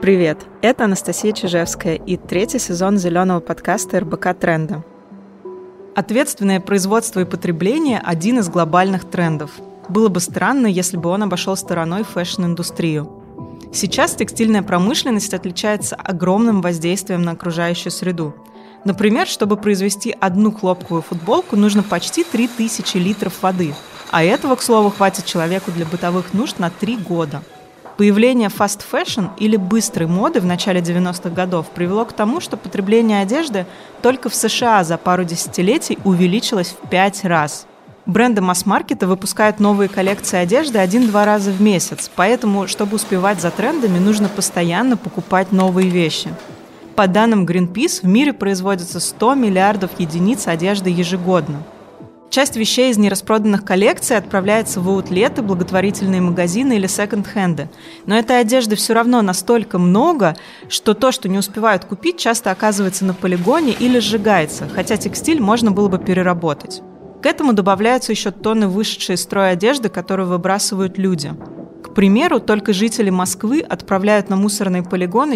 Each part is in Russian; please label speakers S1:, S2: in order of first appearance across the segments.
S1: Привет, это Анастасия Чижевская и третий сезон зеленого подкаста РБК Тренда. Ответственное производство и потребление – один из глобальных трендов. Было бы странно, если бы он обошел стороной фэшн-индустрию. Сейчас текстильная промышленность отличается огромным воздействием на окружающую среду. Например, чтобы произвести одну хлопковую футболку, нужно почти 3000 литров воды. А этого, к слову, хватит человеку для бытовых нужд на 3 года. Появление fast fashion или быстрой моды в начале 90-х годов привело к тому, что потребление одежды только в США за пару десятилетий увеличилось в 5 раз. Бренды масс-маркета выпускают новые коллекции одежды 1-2 раза в месяц, поэтому, чтобы успевать за трендами, нужно постоянно покупать новые вещи. По данным Greenpeace, в мире производится 100 миллиардов единиц одежды ежегодно. Часть вещей из нераспроданных коллекций отправляется в аутлеты, благотворительные магазины или секонд-хенды. Но этой одежды все равно настолько много, что то, что не успевают купить, часто оказывается на полигоне или сжигается, хотя текстиль можно было бы переработать. К этому добавляются еще тонны вышедшей из строя одежды, которую выбрасывают люди. К примеру, только жители Москвы отправляют на мусорные полигоны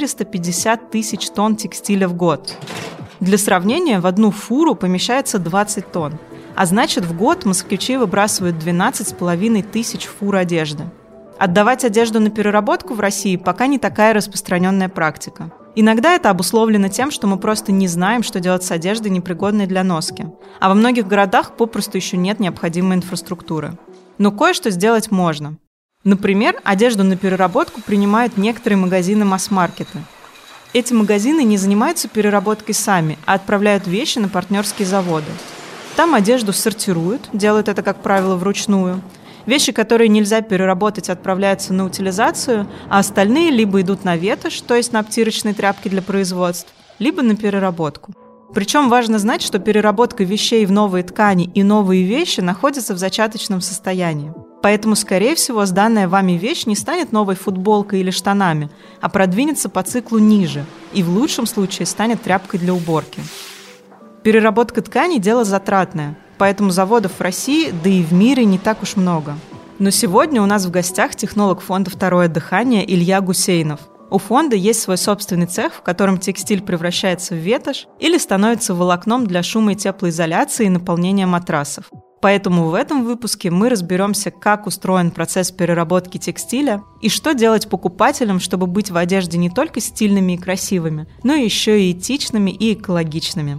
S1: 450 тысяч тонн текстиля в год. Для сравнения, в одну фуру помещается 20 тонн. А значит, в год москвичи выбрасывают 12,5 тысяч фур одежды. Отдавать одежду на переработку в России пока не такая распространенная практика. Иногда это обусловлено тем, что мы просто не знаем, что делать с одеждой, непригодной для носки. А во многих городах попросту еще нет необходимой инфраструктуры. Но кое-что сделать можно. Например, одежду на переработку принимают некоторые магазины масс-маркета. Эти магазины не занимаются переработкой сами, а отправляют вещи на партнерские заводы. Там одежду сортируют, делают это, как правило, вручную. Вещи, которые нельзя переработать, отправляются на утилизацию, а остальные либо идут на ветошь, то есть на обтирочные тряпки для производств, либо на переработку. Причем важно знать, что переработка вещей в новые ткани и новые вещи находятся в зачаточном состоянии. Поэтому, скорее всего, сданная вами вещь не станет новой футболкой или штанами, а продвинется по циклу ниже и в лучшем случае станет тряпкой для уборки. Переработка тканей – дело затратное, поэтому заводов в России, да и в мире не так уж много. Но сегодня у нас в гостях технолог фонда «Второе дыхание» Илья Гусейнов. У фонда есть свой собственный цех, в котором текстиль превращается в ветошь или становится волокном для шумо- и теплоизоляции и наполнения матрасов. Поэтому в этом выпуске мы разберемся, как устроен процесс переработки текстиля и что делать покупателям, чтобы быть в одежде не только стильными и красивыми, но еще и этичными и экологичными.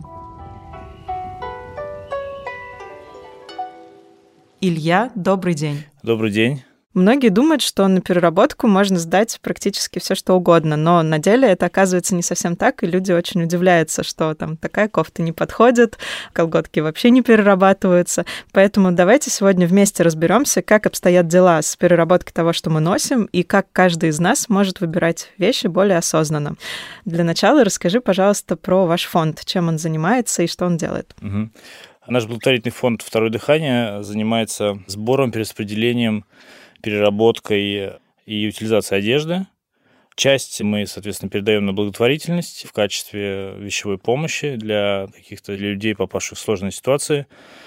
S1: Илья, добрый день.
S2: Добрый день.
S1: Многие думают, что на переработку можно сдать практически все, что угодно, но на деле это оказывается не совсем так, и люди очень удивляются, что там такая кофта не подходит, колготки вообще не перерабатываются. Поэтому давайте сегодня вместе разберемся, как обстоят дела с переработкой того, что мы носим, и как каждый из нас может выбирать вещи более осознанно. Для начала расскажи, пожалуйста, про ваш фонд, чем он занимается и что он делает.
S2: Наш благотворительный фонд «Второе дыхание» занимается сбором, перераспределением, переработкой и утилизацией одежды. Часть мы, соответственно, передаем на благотворительность в качестве вещевой помощи для людей, попавших в сложные ситуации.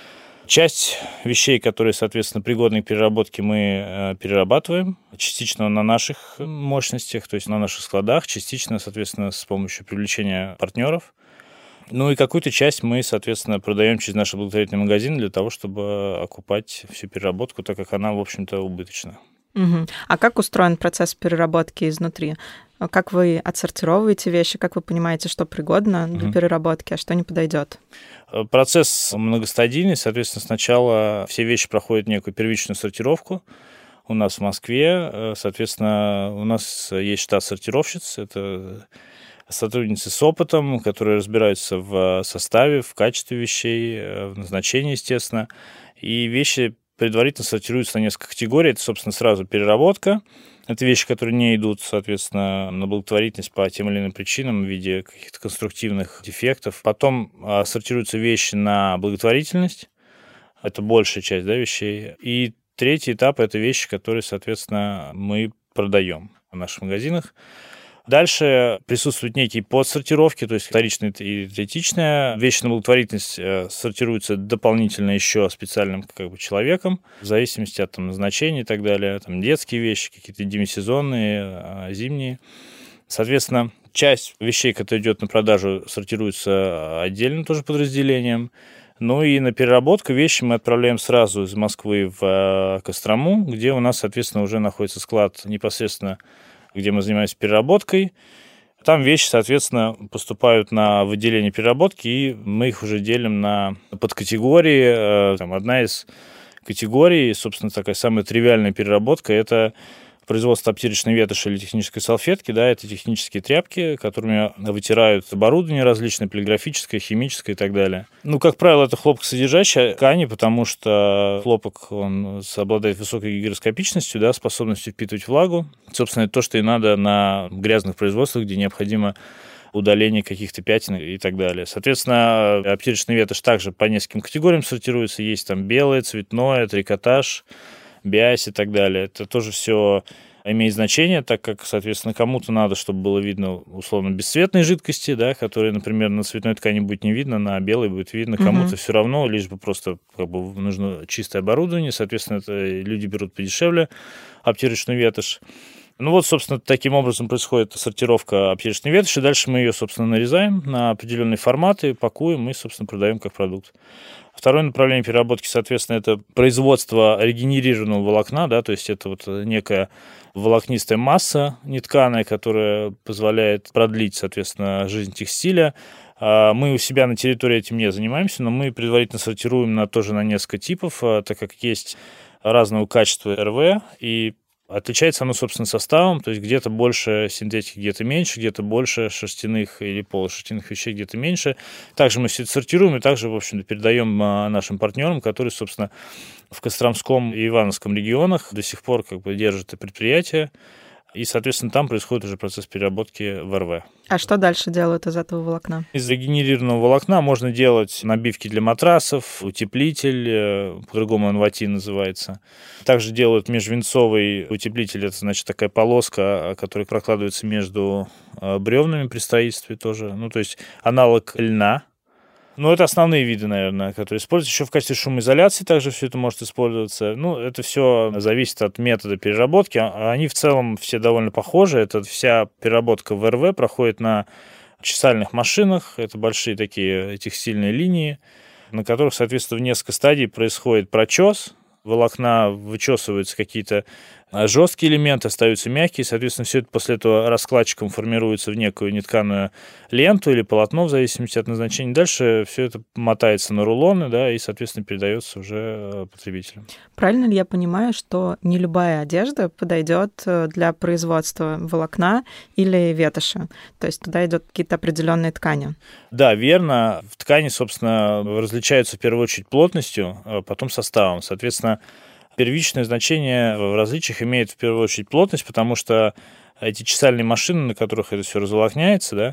S2: Часть вещей, которые, соответственно, пригодны к переработке, мы перерабатываем частично на наших мощностях, то есть на наших складах, частично, соответственно, с помощью привлечения партнеров. Ну и какую-то часть мы, соответственно, продаем через наши благотворительные магазины для того, чтобы окупать всю переработку, так как она, в общем-то, убыточна.
S1: Угу. А как устроен процесс переработки изнутри? Как вы отсортировываете вещи? Как вы понимаете, что пригодно для переработки, а что не подойдет?
S2: Процесс многостадийный. Соответственно, сначала все вещи проходят некую первичную сортировку. У нас в Москве, соответственно, у нас есть штат сортировщиц. Это сотрудницы с опытом, которые разбираются в составе, в качестве вещей, в назначении, естественно. И вещи предварительно сортируются на несколько категорий. Это, собственно, сразу переработка. Это вещи, которые не идут, соответственно, на благотворительность по тем или иным причинам в виде каких-то конструктивных дефектов. Потом сортируются вещи на благотворительность. Это большая часть, вещей. И третий этап – это вещи, которые, соответственно, мы продаем в наших магазинах. Дальше присутствуют некие подсортировки, то есть вторичная и третичная. Вещи на благотворительность сортируются дополнительно еще специальным человеком, в зависимости от назначения и так далее. Там детские вещи, какие-то демисезонные, зимние. Соответственно, часть вещей, которая идет на продажу, сортируется отдельным тоже подразделением. Ну и на переработку вещи мы отправляем сразу из Москвы в Кострому, где у нас, соответственно, уже находится склад непосредственно, где мы занимаемся переработкой. Там вещи, соответственно, поступают в отделение переработки, и мы их уже делим на подкатегории. Одна из категорий, собственно, такая самая тривиальная переработка, это производство обтирочной ветоши или технической салфетки, да, это технические тряпки, которыми вытирают оборудование различное, полиграфическое, химическое и так далее. Ну, как правило, это хлопкосодержащие ткани, потому что хлопок, он обладает высокой гигроскопичностью, да, способностью впитывать влагу. Собственно, это то, что и надо на грязных производствах, где необходимо удаление каких-то пятен и так далее. Соответственно, обтирочная ветошь также по нескольким категориям сортируется. Есть там белое, цветное, трикотаж, бязь и так далее. Это тоже все имеет значение, так как, соответственно, кому-то надо, чтобы было видно, условно, бесцветные жидкости, да, которые, например, на цветной ткани будет не видно, на белой будет видно, кому-то все равно, лишь бы просто нужно чистое оборудование, соответственно, это люди берут подешевле обтирочную ветошь. Ну вот, собственно, таким образом происходит сортировка обтирочной ветоши. Дальше мы ее, собственно, нарезаем на определенные форматы, пакуем и, собственно, продаем как продукт. Второе направление переработки, соответственно, это производство регенерированного волокна, да, то есть это вот некая волокнистая масса нетканая, которая позволяет продлить, соответственно, жизнь текстиля. Мы у себя на территории этим не занимаемся, но мы предварительно сортируем тоже на несколько типов, так как есть разного качества РВ, и отличается оно, собственно, составом, то есть где-то больше синтетики, где-то меньше, где-то больше шерстяных или полушерстяных вещей, где-то меньше. Также мы все это сортируем и также, в общем-то, передаем нашим партнерам, которые, собственно, в Костромском и Ивановском регионах до сих пор держат это предприятие. И, соответственно, там происходит уже процесс переработки в РВ.
S1: А что дальше делают из этого волокна?
S2: Из регенерированного волокна можно делать набивки для матрасов, утеплитель, по-другому он ватин называется. Также делают межвинцовый утеплитель, это, значит, такая полоска, которая прокладывается между бревнами при строительстве тоже. Ну, то есть аналог льна. Ну, это основные виды, наверное, которые используются. Еще в качестве шумоизоляции также все это может использоваться. Ну, это все зависит от метода переработки. Они в целом все довольно похожи. Это вся переработка в РВ проходит на чесальных машинах. Это большие такие текстильные линии, на которых, соответственно, в несколько стадий происходит прочес. Волокна вычесываются какие-то жесткие элементы, остаются мягкие, соответственно, все это после этого раскладчиком формируется в некую нетканую ленту или полотно, в зависимости от назначения. Дальше все это мотается на рулоны, да, и, соответственно, передается уже потребителям.
S1: Правильно ли я понимаю, что не любая одежда подойдет для производства волокна или ветоши? То есть туда идут какие-то определенные ткани?
S2: Да, верно. В ткани, собственно, различаются в первую очередь плотностью, а потом составом. Соответственно, первичное значение в различиях имеет в первую очередь плотность, потому что эти чесальные машины, на которых это все разволокняется, да,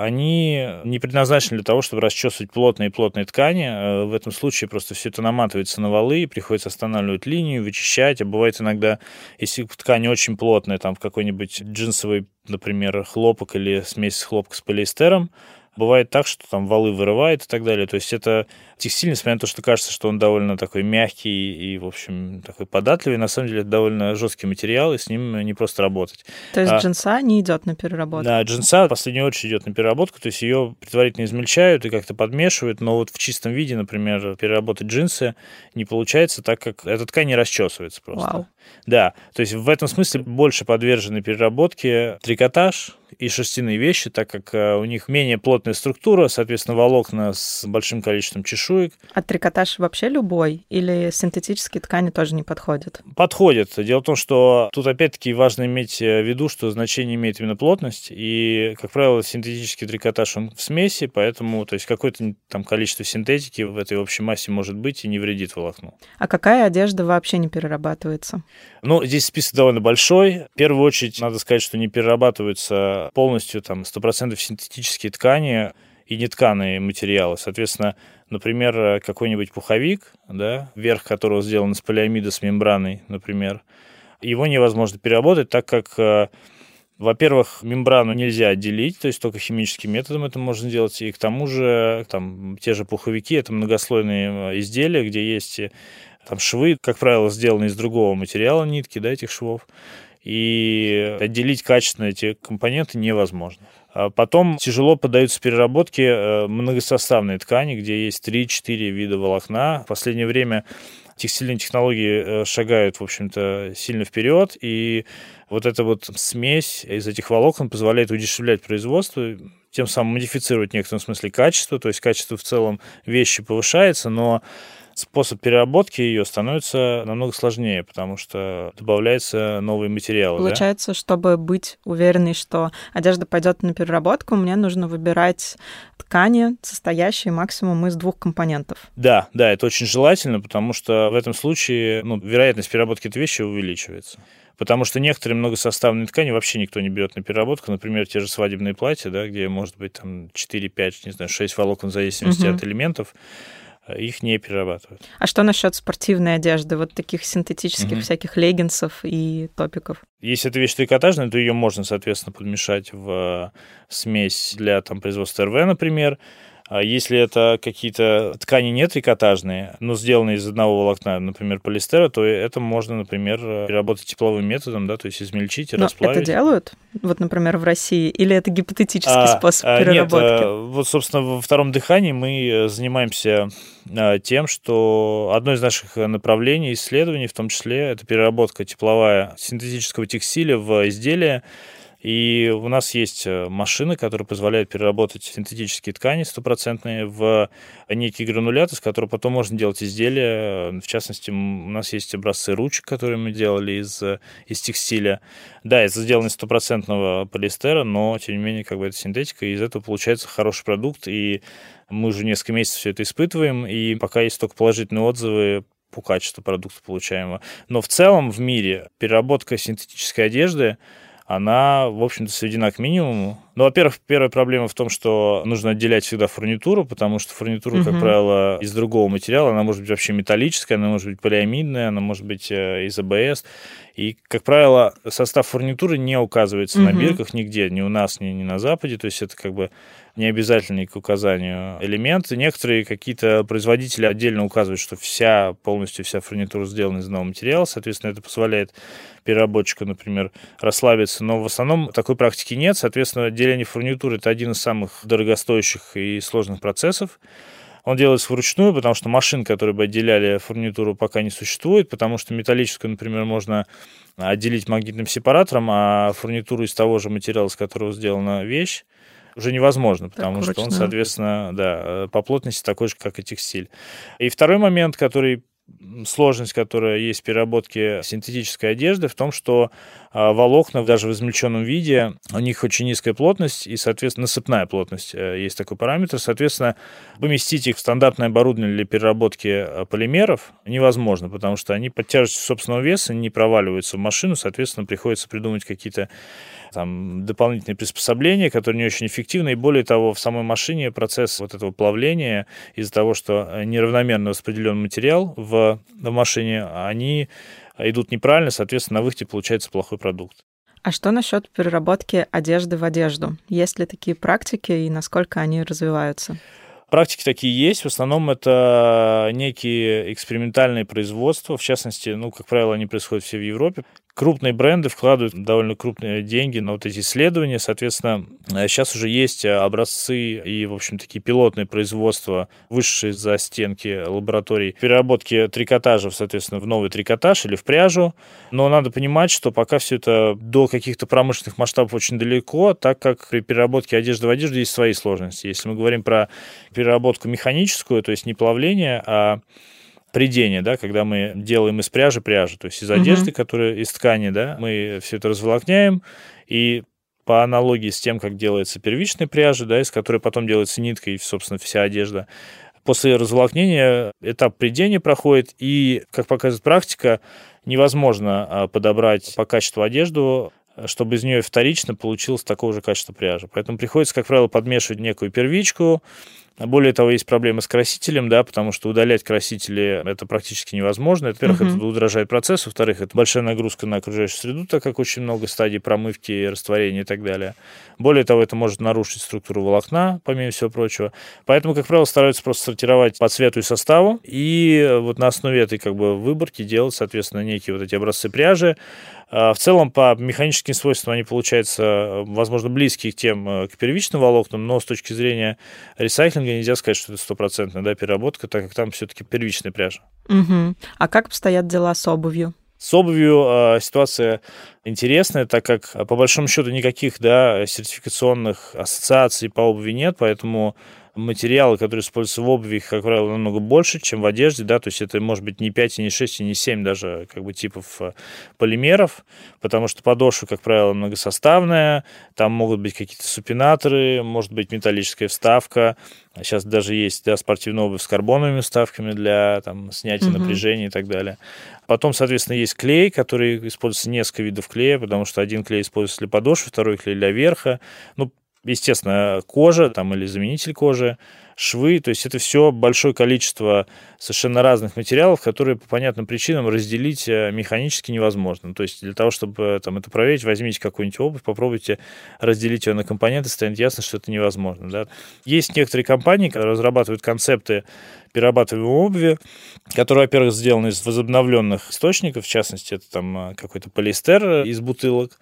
S2: они не предназначены для того, чтобы расчесывать плотные ткани. В этом случае просто все это наматывается на валы, приходится останавливать линию, вычищать. А бывает иногда, если ткань очень плотная, там какой-нибудь джинсовый, например, хлопок или смесь хлопка с полиэстером, бывает так, что там валы вырывает и так далее. То есть это текстиль, несмотря на то, что кажется, что он довольно такой мягкий и, в общем, такой податливый, на самом деле это довольно жесткий материал, и с ним не просто работать.
S1: То есть джинса не идет на переработку? Да,
S2: джинса в последнюю очередь идет на переработку, то есть ее предварительно измельчают и как-то подмешивают, но вот в чистом виде, например, переработать джинсы не получается, так как эта ткань не расчесывается просто.
S1: Вау.
S2: Да, то есть в этом смысле больше подвержены переработке трикотаж и шерстяные вещи, так как у них менее плотная структура, соответственно, волокна с большим количеством чешуек.
S1: А трикотаж вообще любой? Или синтетические ткани тоже не подходят?
S2: Подходят. Дело в том, что тут опять-таки важно иметь в виду, что значение имеет именно плотность, и, как правило, синтетический трикотаж, он в смеси, поэтому, то есть, какое-то там количество синтетики в этой общей массе может быть и не вредит волокну.
S1: А какая одежда вообще не перерабатывается?
S2: Ну, здесь список довольно большой. В первую очередь, надо сказать, что не перерабатываются полностью там 100% синтетические ткани и нетканые материалы. Соответственно, например, какой-нибудь пуховик, да, верх которого сделан из полиамида с мембраной, например, его невозможно переработать, так как, во-первых, мембрану нельзя отделить, то есть только химическим методом это можно сделать, и к тому же там те же пуховики — это многослойные изделия, где есть Там швы, как правило, сделаны из другого материала, нитки, да, этих швов. И отделить качественно эти компоненты невозможно. А потом тяжело поддаются переработке многосоставные ткани, где есть 3-4 вида волокна. В последнее время текстильные технологии шагают, в общем-то, сильно вперед, и вот эта вот смесь из этих волокон позволяет удешевлять производство, тем самым модифицировать в некотором смысле качество, то есть качество в целом вещи повышается, но способ переработки ее становится намного сложнее, потому что добавляются новые материалы.
S1: Получается, чтобы быть уверенной, что одежда пойдет на переработку, мне нужно выбирать ткани, состоящие максимум из 2 компонентов.
S2: Да, это очень желательно, потому что в этом случае вероятность переработки этой вещи увеличивается. Потому что некоторые многосоставные ткани вообще никто не берет на переработку. Например, те же свадебные платья, да, где может быть там 4, 5, не знаю, 6 волокон в зависимости от элементов. Их не перерабатывают.
S1: А что насчет спортивной одежды, вот таких синтетических всяких леггинсов и топиков?
S2: Если эта вещь трикотажная, то ее можно, соответственно, подмешать в смесь для производства РВ, например. А если это какие-то ткани не трикотажные, но сделанные из одного волокна, например, полиэстера, то это можно, например, переработать тепловым методом, да, то есть измельчить и расплавить.
S1: Это делают? Вот, например, в России? Или это гипотетический способ переработки?
S2: Нет, вот, собственно, во втором дыхании мы занимаемся тем, что одно из наших направлений исследований, в том числе, это переработка тепловая синтетического текстиля в изделия. И у нас есть машины, которые позволяют переработать синтетические ткани стопроцентные в некие грануляты, с которых потом можно делать изделия. В частности, у нас есть образцы ручек, которые мы делали из текстиля. Да, это сделано из стопроцентного полиэстера, но, тем не менее, это синтетика, и из этого получается хороший продукт. И мы уже несколько месяцев все это испытываем, и пока есть только положительные отзывы по качеству продукта получаемого. Но в целом в мире переработка синтетической одежды, она, в общем-то, сведена к минимуму. Во-первых, первая проблема в том, что нужно отделять всегда фурнитуру, потому что фурнитура, как правило, из другого материала, она может быть вообще металлическая, она может быть полиамидная, она может быть из АБС. И, как правило, состав фурнитуры не указывается на бирках нигде, ни у нас, ни на Западе, то есть это не обязательный к указанию элемент. Некоторые какие-то производители отдельно указывают, что полностью вся фурнитура сделана из одного материала, соответственно, это позволяет переработчику, например, расслабиться, но в основном такой практики нет, соответственно, отделение фурнитуры – это один из самых дорогостоящих и сложных процессов. Он делается вручную, потому что машин, которые бы отделяли фурнитуру, пока не существует, потому что металлическую, например, можно отделить магнитным сепаратором, а фурнитуру из того же материала, из которого сделана вещь, уже невозможно, потому что он, соответственно, по плотности такой же, как и текстиль. И второй момент, сложность, которая есть в переработке синтетической одежды, в том, что волокна даже в измельченном виде, у них очень низкая плотность и, соответственно, насыпная плотность, есть такой параметр. Соответственно, поместить их в стандартное оборудование для переработки полимеров невозможно, потому что они под тяжестью собственного веса не проваливаются в машину, соответственно, приходится придумать какие-то дополнительные приспособления, которые не очень эффективны, и более того, в самой машине процесс вот этого плавления из-за того, что неравномерно распределен материал в машине, они идут неправильно, соответственно, на выходе получается плохой продукт.
S1: А что насчет переработки одежды в одежду? Есть ли такие практики и насколько они развиваются?
S2: Практики такие есть. В основном это некие экспериментальные производства. В частности, как правило, они происходят все в Европе. Крупные бренды вкладывают довольно крупные деньги на вот эти исследования. Соответственно, сейчас уже есть образцы и, в общем, такие пилотные производства, вышедшие за стенки лабораторий, переработки трикотажа, соответственно, в новый трикотаж или в пряжу. Но надо понимать, что пока все это до каких-то промышленных масштабов очень далеко, так как при переработке одежды в одежду есть свои сложности. Если мы говорим про переработку механическую, то есть не плавление, а прядение, да, когда мы делаем из пряжи пряжу, то есть из одежды, которая из ткани, да, мы все это разволокняем, и по аналогии с тем, как делается первичная пряжа, да, из которой потом делается нитка и, собственно, вся одежда, после разволокнения этап прядения проходит, и, как показывает практика, невозможно подобрать по качеству одежду, чтобы из нее вторично получилось такого же качества пряжи. Поэтому приходится, как правило, подмешивать некую первичку, Более того, есть проблемы с красителем, да, потому что удалять красители это практически невозможно. Во-первых, это удорожает процесс, во-вторых, это большая нагрузка на окружающую среду, так как очень много стадий промывки, растворения и так далее. Более того, это может нарушить структуру волокна, помимо всего прочего. Поэтому, как правило, стараются просто сортировать по цвету и составу, и вот на основе этой как бы выборки делать, соответственно, некие вот эти образцы пряжи. В целом, по механическим свойствам они получаются, возможно, близкие к тем, к первичным волокнам, но с точки зрения ресайклинга нельзя сказать, что это стопроцентная, да, переработка, так как там все-таки первичная пряжа.
S1: А как обстоят дела с обувью?
S2: С обувью ситуация интересная, так как, по большому счету, никаких, да, сертификационных ассоциаций по обуви нет, поэтому материалы, которые используются в обуви, их, как правило, намного больше, чем в одежде, да, то есть это может быть не 5, и не 6, и не 7 даже как бы типов полимеров, потому что подошва, как правило, многосоставная, там могут быть какие-то супинаторы, может быть металлическая вставка, сейчас даже есть, да, спортивная обувь с карбоновыми вставками для там снятия напряжения и так далее. Потом, соответственно, есть клей, который используется несколько видов клея, потому что один клей используется для подошвы, второй клей для верха, ну, естественно, кожа там, или заменитель кожи, швы, то есть это все большое количество совершенно разных материалов, которые по понятным причинам разделить механически невозможно. То есть для того, чтобы там, это проверить, возьмите какую-нибудь обувь, попробуйте разделить ее на компоненты, станет ясно, что это невозможно. Да? Есть некоторые компании, которые разрабатывают концепты перерабатываемой обуви, которые, во-первых, сделаны из возобновленных источников, в частности, это там какой-то полиэстер из бутылок,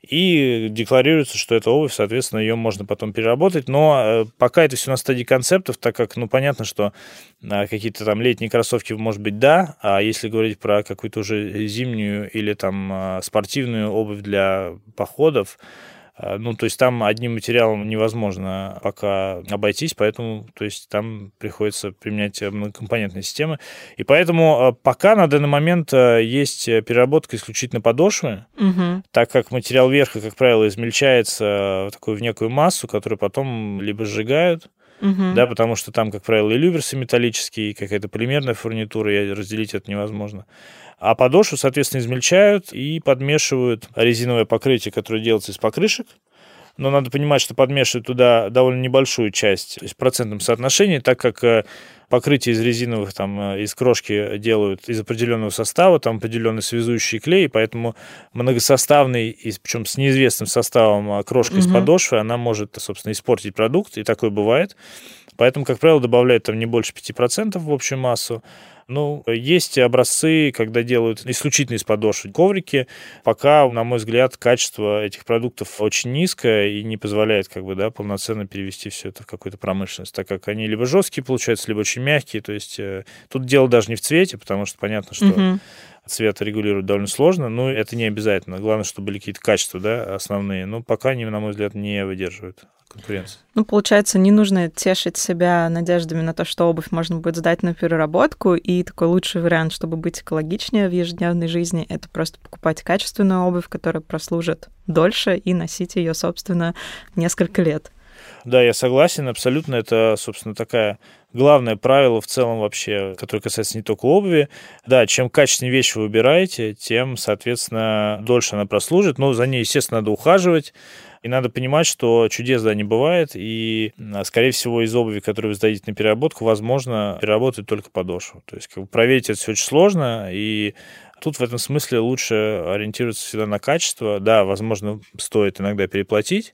S2: и декларируется, что эта обувь, соответственно, ее можно потом переработать, но пока это все на стадии концептов, так как, ну, понятно, что какие-то там летние кроссовки, может быть, да, а если говорить про какую-то уже зимнюю или там спортивную обувь для походов, ну, то есть там одним материалом невозможно пока обойтись, поэтому, то есть там приходится применять многокомпонентные системы. И поэтому пока на данный момент есть переработка исключительно подошвы, так как материал верха, как правило, измельчается в некую массу, которую потом либо сжигают, да, потому что там, как правило, и люверсы металлические, и какая-то полимерная фурнитура, и разделить это невозможно. А подошву, соответственно, измельчают и подмешивают резиновое покрытие, которое делается из покрышек. Но надо понимать, что подмешивают туда довольно небольшую часть, то есть в процентном соотношении, так как покрытие из резиновых, там, из крошки делают из определенного состава, там определенный связующий клей, поэтому многосоставный, причем с неизвестным составом крошка из подошвы, она может, собственно, испортить продукт, и такое бывает. Поэтому, как правило, добавляют там не больше 5% в общую массу. Ну, есть образцы, когда делают исключительно из подошвы коврики. Пока, на мой взгляд, качество этих продуктов очень низкое и не позволяет как бы, да, полноценно перевести все это в какую-то промышленность, так как они либо жесткие получаются, либо очень мягкие. То есть тут дело даже не в цвете, потому что понятно, что цвет регулировать довольно сложно, но это не обязательно. Главное, чтобы были какие-то качества, да, основные. Но пока они, на мой взгляд, не выдерживают конкуренции.
S1: Ну, получается, не нужно тешить себя надеждами на то, что обувь можно будет сдать на переработку, и такой лучший вариант, чтобы быть экологичнее в ежедневной жизни, это просто покупать качественную обувь, которая прослужит дольше, и носить ее, собственно, несколько лет.
S2: Да, я согласен, абсолютно. Это, собственно, такая главное правило в целом вообще, которое касается не только обуви. Да, чем качественнее вещь вы выбираете, тем, соответственно, дольше она прослужит. Но за ней, естественно, надо ухаживать. И надо понимать, что чудес, да, не бывает. И, скорее всего, из обуви, которую вы сдадите на переработку, возможно, переработать только подошву. То есть как бы проверить это все очень сложно. И тут в этом смысле лучше ориентироваться всегда на качество. Да, возможно, стоит иногда переплатить,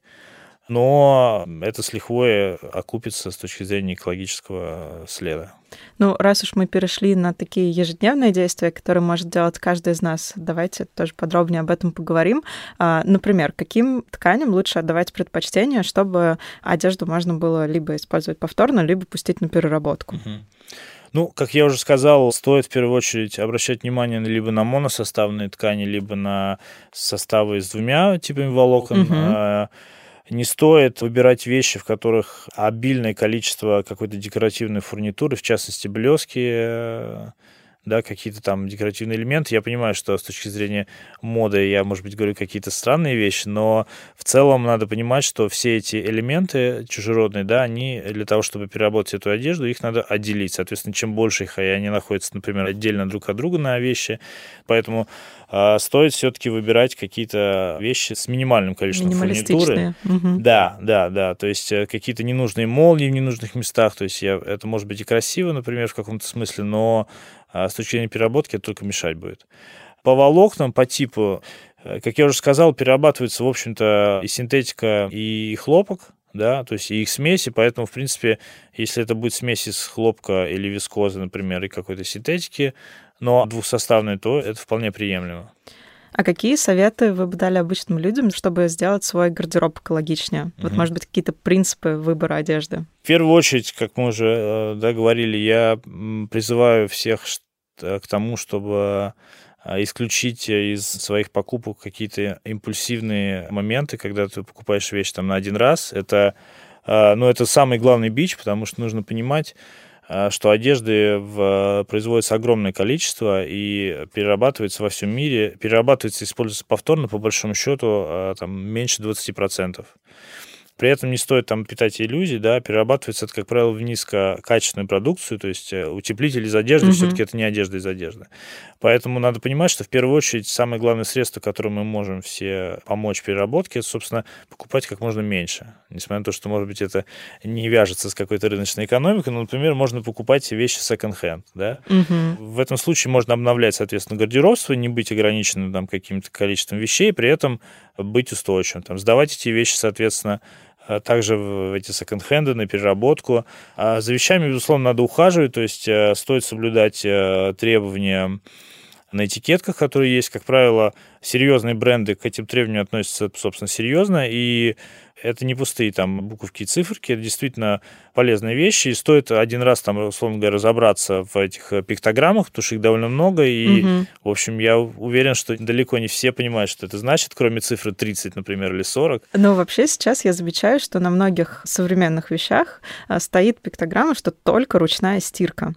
S2: но это с лихвой окупится с точки зрения экологического следа.
S1: Ну, раз уж мы перешли на такие ежедневные действия, которые может делать каждый из нас, давайте тоже подробнее об этом поговорим. Например, каким тканям лучше отдавать предпочтение, чтобы одежду можно было либо использовать повторно, либо пустить на переработку?
S2: Ну, как я уже сказал, стоит в первую очередь обращать внимание либо на моносоставные ткани, либо на составы с двумя типами волокон. Не стоит выбирать вещи, в которых обильное количество какой-то декоративной фурнитуры, в частности, блески да, какие-то там декоративные элементы. Я понимаю, что с точки зрения моды я, может быть, говорю какие-то странные вещи, но в целом надо понимать, что все эти элементы чужеродные, да, они для того, чтобы переработать эту одежду, их надо отделить. Соответственно, чем больше их, и они находятся, например, отдельно друг от друга на вещи, поэтому стоит все-таки выбирать какие-то вещи с минимальным количеством фурнитуры.
S1: Угу.
S2: Да. То есть какие-то ненужные молнии в ненужных местах. То есть это может быть и красиво, например, в каком-то смысле, но с точки зрения переработки это только мешать будет. По волокнам, по типу, как я уже сказал, перерабатывается, в общем-то, и синтетика, и хлопок, да, то есть и их смеси, поэтому, в принципе, если это будет смесь из хлопка или вискозы, например, и какой-то синтетики, но двухсоставной, то это вполне приемлемо.
S1: А какие советы вы бы дали обычным людям, чтобы сделать свой гардероб экологичнее? Вот, может быть, какие-то принципы выбора одежды?
S2: В первую очередь, как мы уже говорили, я призываю всех к тому, чтобы исключить из своих покупок какие-то импульсивные моменты, когда ты покупаешь вещь там на один раз. Это самый главный бич, потому что нужно понимать, что одежды производится огромное количество и перерабатывается во всем мире. Перерабатывается и используется повторно, по большому счету, там, меньше 20%. При этом не стоит там питать иллюзий, да, перерабатывается это, как правило, в низкокачественную продукцию, то есть утеплитель из одежды, все-таки это не одежда из одежды. Поэтому надо понимать, что в первую очередь самое главное средство, которым мы можем все помочь переработке, это, собственно, покупать как можно меньше. Несмотря на то, что, может быть, это не вяжется с какой-то рыночной экономикой, но, например, можно покупать вещи секонд-хенд, да. В этом случае можно обновлять, соответственно, гардероб свой, не быть ограниченным там каким-то количеством вещей, при этом быть устойчивым. Там, сдавать эти вещи, соответственно, также в эти секонд-хенды на переработку. А за вещами, безусловно, надо ухаживать, то есть стоит соблюдать требования на этикетках, которые есть. Как правило, серьезные бренды к этим требованиям относятся, собственно, серьезно, и это не пустые там буковки и циферки, это действительно полезные вещи, и стоит один раз, там, условно говоря, разобраться в этих пиктограммах, потому что их довольно много, и, в общем, я уверен, что далеко не все понимают, что это значит, кроме цифры 30, например, или 40.
S1: Но вообще сейчас я замечаю, что на многих современных вещах стоит пиктограмма, что только ручная стирка.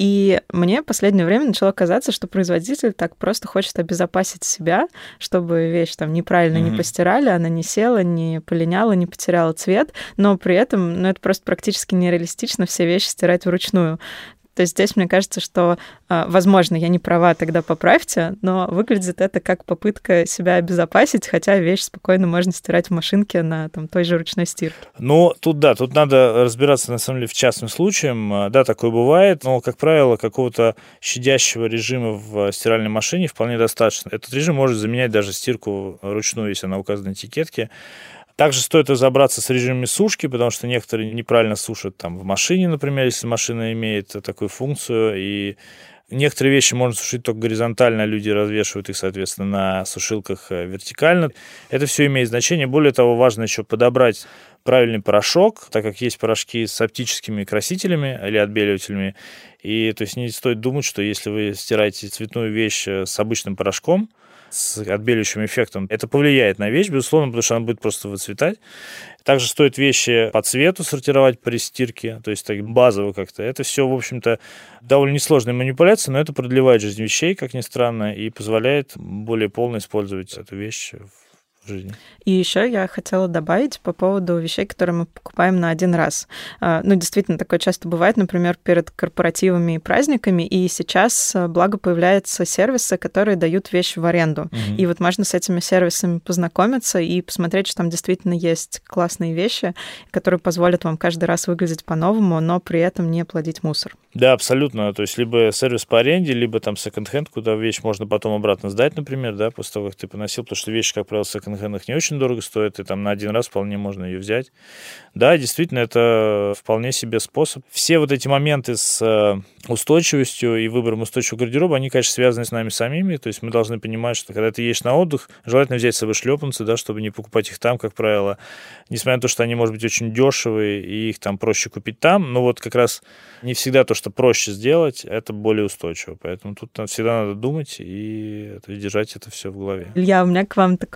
S1: И мне в последнее время начало казаться, что производитель так просто хочет обезопасить себя, чтобы вещь там неправильно не постирали, она не села, не полиняла, не потеряла цвет, но при этом, это просто практически нереалистично все вещи стирать вручную. То есть здесь мне кажется, что, возможно, я не права, тогда поправьте, но выглядит это как попытка себя обезопасить, хотя вещь спокойно можно стирать в машинке на там, той же ручной стирке.
S2: Ну, тут надо разбираться, на самом деле, в частным случаям. Да, такое бывает, но, как правило, какого-то щадящего режима в стиральной машине вполне достаточно. Этот режим может заменять даже стирку ручную, если она указана на этикетке. Также стоит разобраться с режимами сушки, потому что некоторые неправильно сушат там в машине, например, если машина имеет такую функцию, и некоторые вещи можно сушить только горизонтально, люди развешивают их, соответственно, на сушилках вертикально. Это все имеет значение. Более того, важно еще подобрать правильный порошок, так как есть порошки с оптическими красителями или отбеливателями. И то есть не стоит думать, что если вы стираете цветную вещь с обычным порошком, с отбеливающим эффектом, это повлияет на вещь, безусловно, потому что она будет просто выцветать. Также стоит вещи по цвету сортировать при стирке, то есть так базово как-то. Это все, в общем-то, довольно несложная манипуляция, но это продлевает жизнь вещей, как ни странно, и позволяет более полно использовать эту вещь в жизни.
S1: И еще я хотела добавить по поводу вещей, которые мы покупаем на один раз. Действительно, такое часто бывает, например, перед корпоративами и праздниками, и сейчас, благо, появляются сервисы, которые дают вещи в аренду. И вот можно с этими сервисами познакомиться и посмотреть, что там действительно есть классные вещи, которые позволят вам каждый раз выглядеть по-новому, но при этом не плодить мусор.
S2: Да, абсолютно. То есть либо сервис по аренде, либо там секонд-хенд, куда вещь можно потом обратно сдать, например, да, после того, как ты поносил, потому что вещи, как правило, в секонд-хендах не очень дорого стоят, и там на один раз вполне можно ее взять. Да, действительно, это вполне себе способ. Все вот эти моменты с устойчивостью и выбором устойчивого гардероба, они, конечно, связаны с нами самими, то есть мы должны понимать, что когда ты едешь на отдых, желательно взять с собой шлепанцы, да, чтобы не покупать их там, как правило, несмотря на то, что они, может быть, очень дешевые, и их там проще купить там, но вот как раз не всегда то, что проще сделать, это более устойчиво, поэтому тут всегда надо думать и держать это все в голове.
S1: Илья, у меня к вам такой завершающий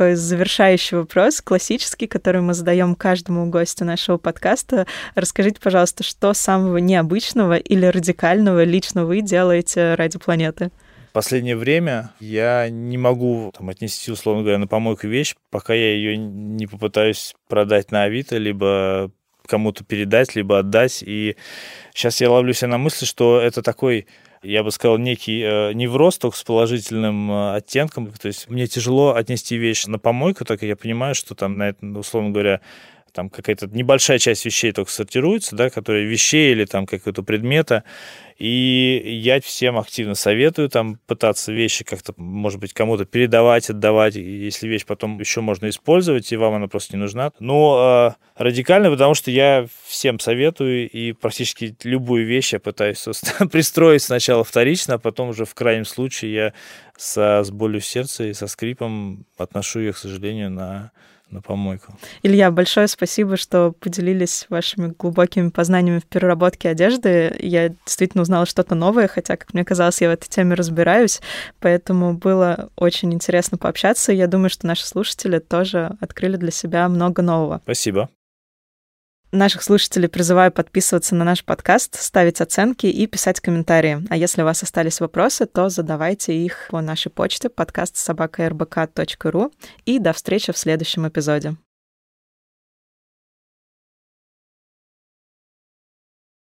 S1: завершающий вопрос, классический, который мы задаем каждому гостю нашего подкаста. Расскажите, пожалуйста, что самого необычного или радикального лично вы делаете ради планеты?
S2: В последнее время я не могу отнести, условно говоря, на помойку вещь, пока я ее не попытаюсь продать на Авито, либо кому-то передать, либо отдать. И сейчас я ловлю себя на мысли, что это такой, я бы сказал, некий невроз, только с положительным оттенком. То есть мне тяжело отнести вещь на помойку, так как я понимаю, что там, на это, условно говоря, там какая-то небольшая часть вещей только сортируется, да, которые вещей или там какого-то предмета. И я всем активно советую там пытаться вещи как-то, может быть, кому-то передавать, отдавать, если вещь потом еще можно использовать, и вам она просто не нужна. Но радикально, потому что я всем советую, и практически любую вещь я пытаюсь пристроить сначала вторично, а потом уже в крайнем случае я с болью в сердце и со скрипом отношу ее, к сожалению, на помойку.
S1: Илья, большое спасибо, что поделились вашими глубокими познаниями в переработке одежды. Я действительно узнала что-то новое, хотя, как мне казалось, я в этой теме разбираюсь, поэтому было очень интересно пообщаться. Я думаю, что наши слушатели тоже открыли для себя много нового.
S2: Спасибо.
S1: Наших слушателей призываю подписываться на наш подкаст, ставить оценки и писать комментарии. А если у вас остались вопросы, то задавайте их по нашей почте podcast@rbk.ru. И до встречи в следующем эпизоде.